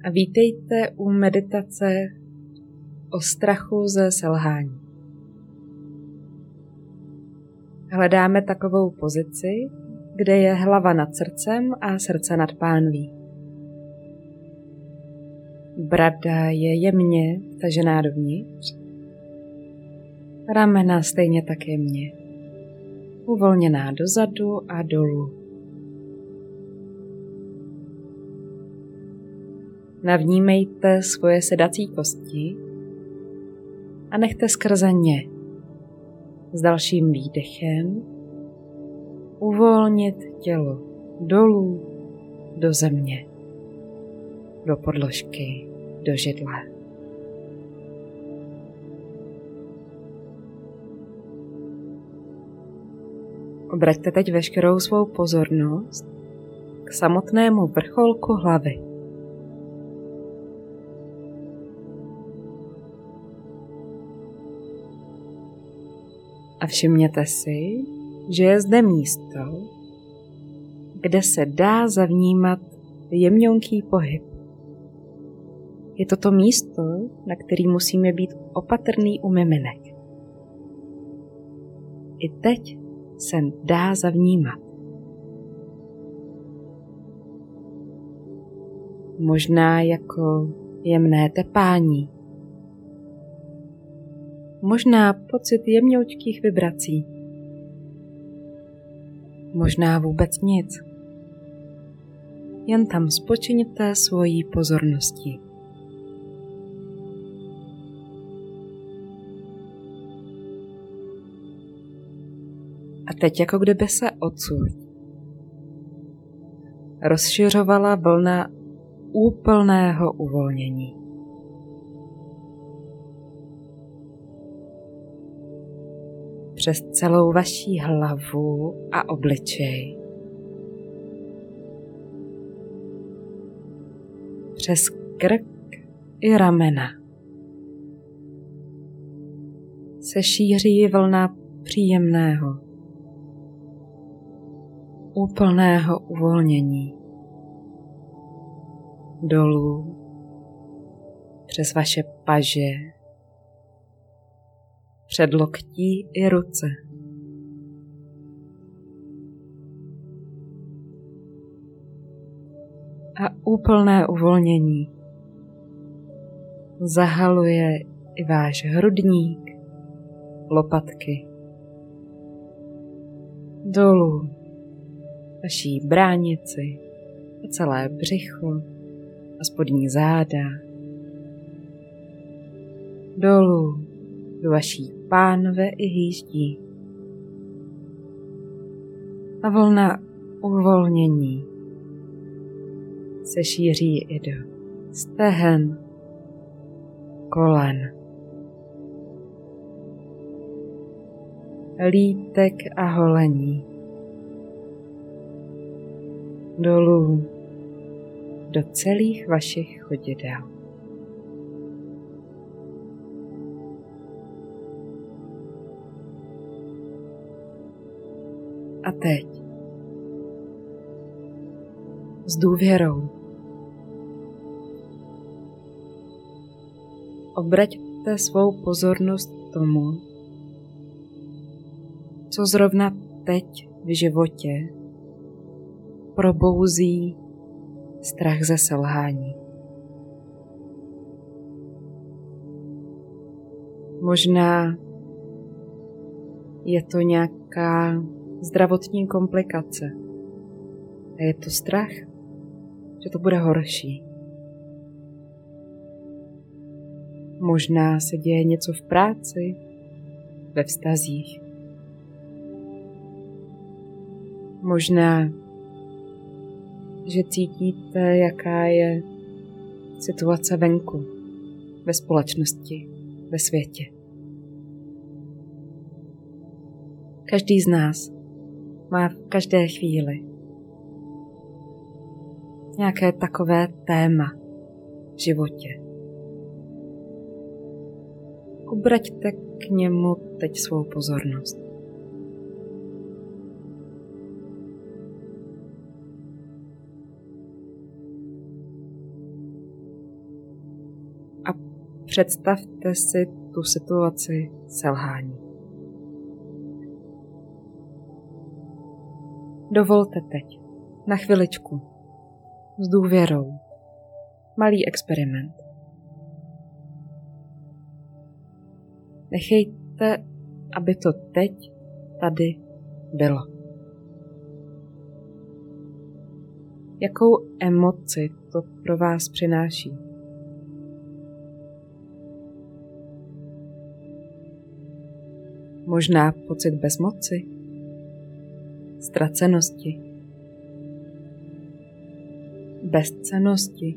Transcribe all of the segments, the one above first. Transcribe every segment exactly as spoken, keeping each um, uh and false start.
a vítejte u meditace o strachu ze selhání. Hledáme takovou pozici, kde je hlava nad srdcem a srdce nad pánví. Brada je jemně vtažená dovnitř, ramena stejně tak jemně, uvolněná dozadu a dolů. Navnímejte svoje sedací kosti a nechte skrze ně s dalším výdechem uvolnit tělo dolů do země, do podložky, do židle. Obraťte teď veškerou svou pozornost k samotnému vrcholku hlavy. A všimněte si, že je zde místo, kde se dá zavnímat jemňonký pohyb. Je to to místo, na který musíme být opatrný u miminek. I teď se dá zavnímat. Možná jako jemné tepání. Možná pocit jemňoučkých vibrací. Možná vůbec nic. Jen tam spočiňte svojí pozorností. A teď jako kdyby se odsud rozšiřovala vlna úplného uvolnění. Přes celou vaši hlavu a obličej. Přes krk i ramena se šíří vlna příjemného, úplného uvolnění. Dolů, přes vaše paže, předloktí i ruce. A úplné uvolnění zahaluje i váš hrudník, lopatky. Dolů, vaší bránici a celé břicho a spodní záda. Dolů do vaší pánve i hýždí. A vlna uvolnění se šíří i do stehen, kolen, lítek a holení. Dolů do celých vašich chodidel. A teď s důvěrou obraťte svou pozornost k tomu, co zrovna teď v životě probouzí strach ze selhání. Možná je to nějaká zdravotní komplikace a je to strach, že to bude horší. Možná se děje něco v práci, ve vztazích. Možná, že cítíte, jaká je situace venku, ve společnosti, ve světě. Každý z nás má v každé chvíli nějaké takové téma v životě. Obraťte k němu teď svou pozornost. Představte si tu situaci selhání. Dovolte teď, na chviličku, s důvěrou, malý experiment. Nechejte, aby to teď tady bylo. Jakou emoci to pro vás přináší? Možná pocit bezmoci, ztracenosti, bezcennosti.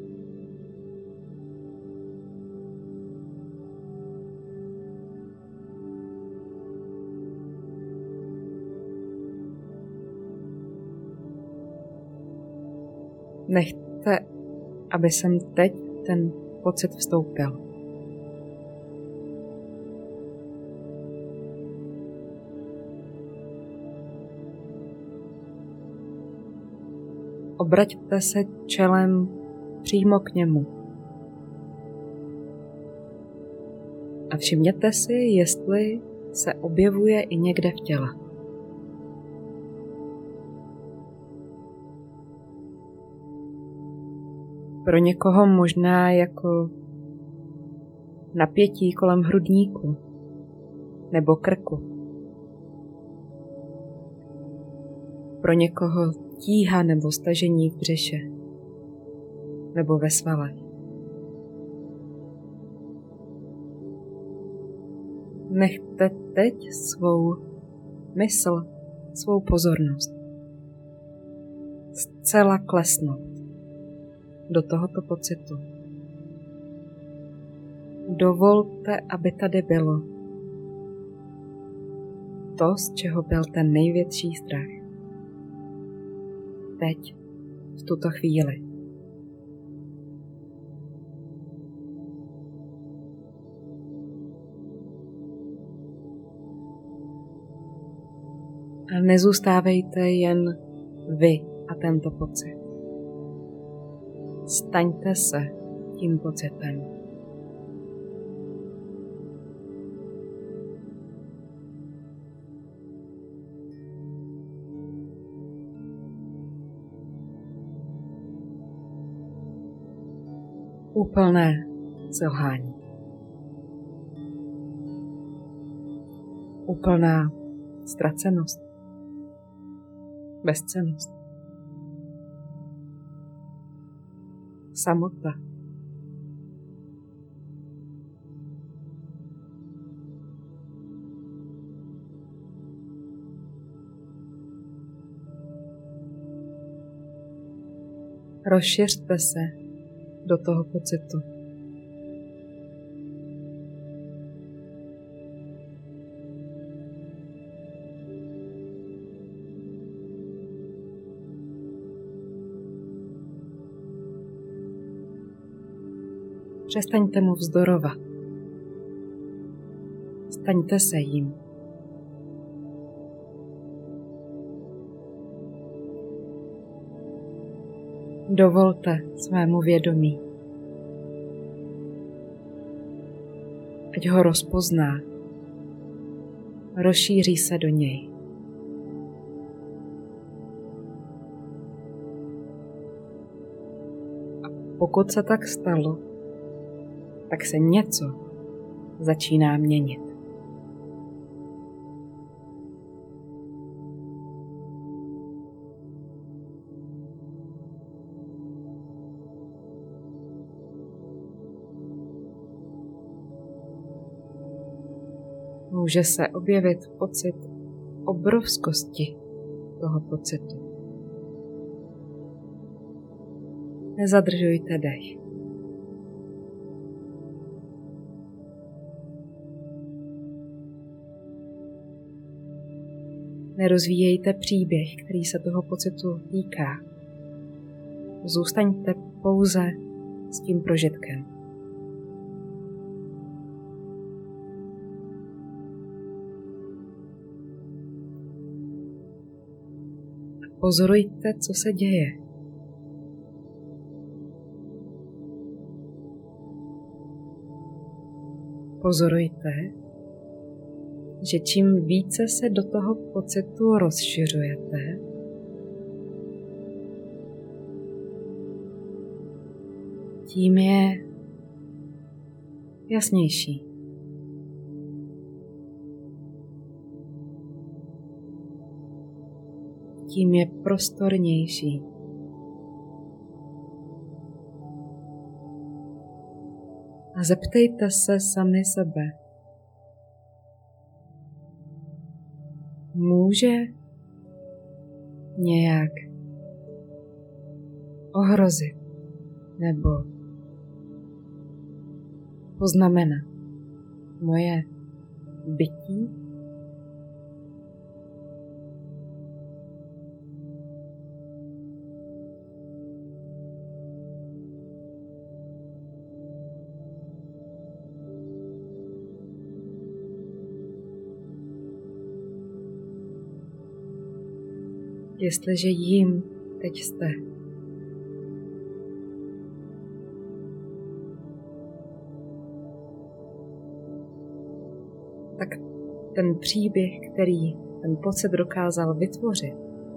Nechte, aby sem teď ten pocit vstoupil. Obraťte se čelem přímo k němu. A všimněte si, jestli se objevuje i někde v těle. Pro někoho možná jako napětí kolem hrudníku nebo krku. Pro někoho tíha nebo stažení v břiše nebo ve svalech. Nechte teď svou mysl, svou pozornost zcela klesnout do tohoto pocitu. Dovolte, aby tady bylo to, z čeho byl ten největší strach. Teď, v tuto chvíli. A nezůstávejte jen vy a tento pocit. Staňte se tím pocitem. Úplné selhání. Úplná ztracenost. Bezcennost. Samota. Rozšiřte se do toho pocitu. Přestaňte mu vzdorovat. Staňte se jím. Dovolte svému vědomí, ať ho rozpozná, rozšíří se do něj. A pokud se tak stalo, tak se něco začíná měnit. Může se objevit pocit obrovskosti toho pocitu. Nezadržujte dech. Nerozvíjejte příběh, který se toho pocitu týká. Zůstaňte pouze s tím prožitkem. Pozorujte, co se děje. pozorujte, že čím více se do toho pocitu rozšiřujete, tím je jasnější. Tím je prostornější. A zeptejte se sami sebe. Může nějak ohrozit nebo poznamenat moje bytí? Jestliže jím teď jste, tak ten příběh, který ten pocit dokázal vytvořit,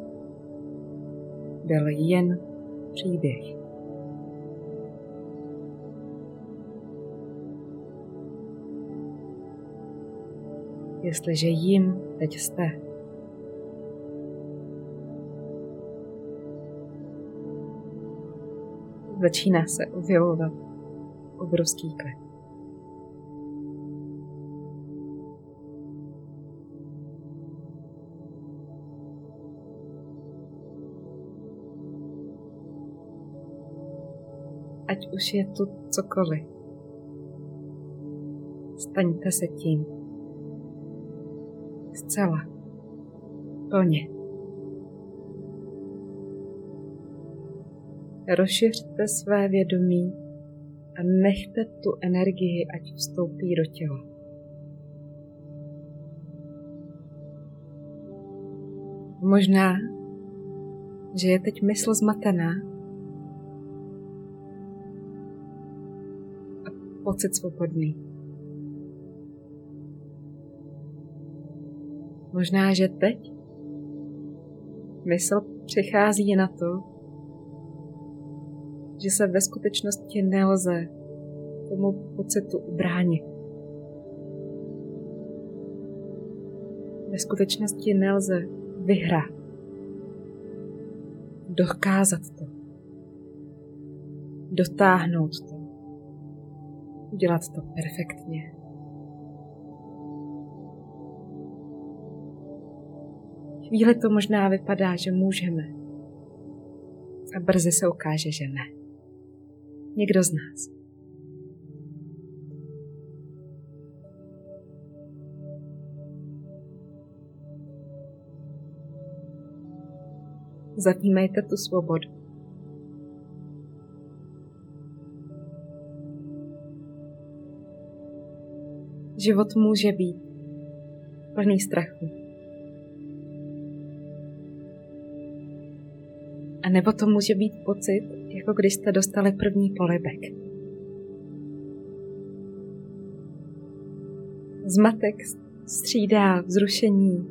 byl jen příběh. Jestliže jím teď jste, začíná se objevovat obrovský klid. Ať už je tu cokoliv, staňte se tím zcela, plně. Rozšiřte své vědomí a nechte tu energii, ať vstoupí do těla. Možná, že je teď mysl zmatená a pocit svobodný. Možná, že teď mysl přichází na to, že se ve skutečnosti nelze tomu pocitu ubránit. Ve skutečnosti nelze vyhrát, dokázat to, dotáhnout to, udělat to perfektně. Chvíli to možná vypadá, že můžeme, a brzy se ukáže, že ne. Někdo z nás. Zavnímejte tu svobodu. Život může být plný strachu. A nebo to může být pocit, jako když jste dostali první polibek. Zmatek střídá vzrušení,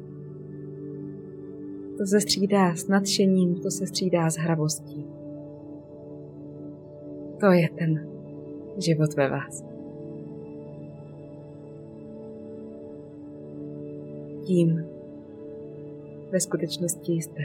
to se střídá s nadšením, to se střídá s hravostí. To je ten život ve vás. Tím ve skutečnosti jste.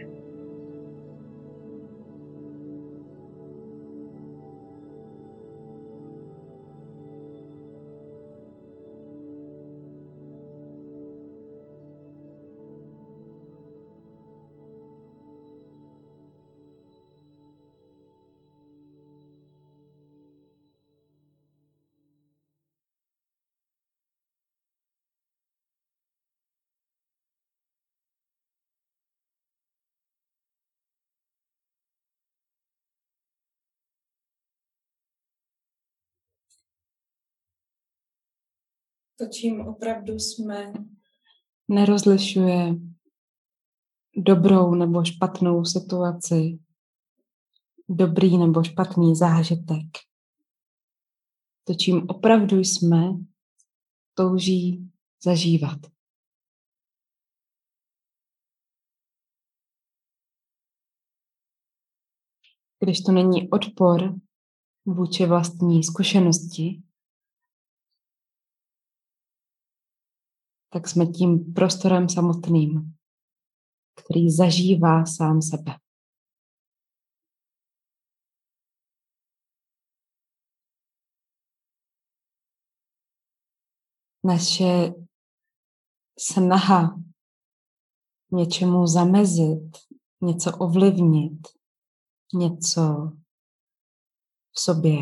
To, čím opravdu jsme, nerozlišuje dobrou nebo špatnou situaci, dobrý nebo špatný zážitek. To, čím opravdu jsme, touží zažívat. Když to není odpor vůči vlastní zkušenosti, tak jsme tím prostorem samotným, který zažívá sám sebe. Naše snaha něčemu zamezit, něco ovlivnit, něco v sobě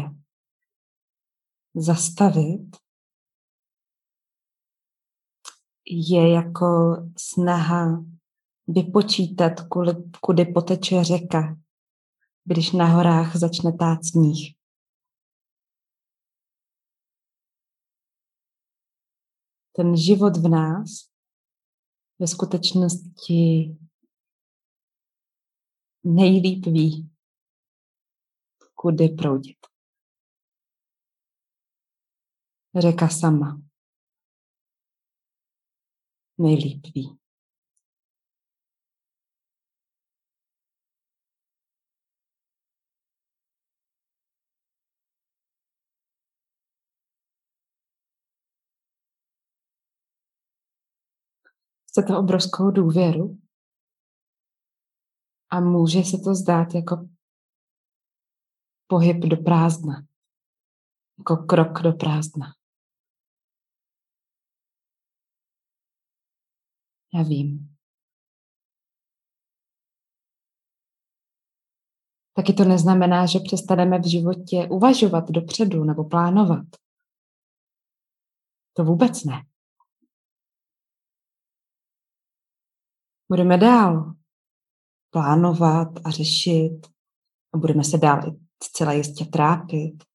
zastavit, je jako snaha vypočítat, kudy poteče řeka, když na horách začne tát sníh. Ten život v nás ve skutečnosti nejlíp ví, kudy proudit. Řeka sama nejlíp ví. Chcete obrovskou důvěru a může se to zdát jako pohyb do prázdna, jako krok do prázdna. Já vím. Taky to neznamená, že přestaneme v životě uvažovat dopředu nebo plánovat. To vůbec ne. Budeme dál plánovat a řešit a budeme se dál zcela jistě trápit.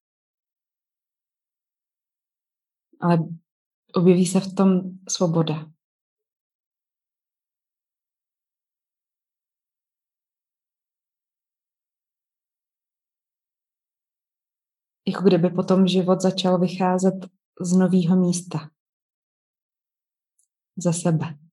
Ale objeví se v tom svoboda. Jako kdyby potom život začal vycházet z nového místa. Za sebe.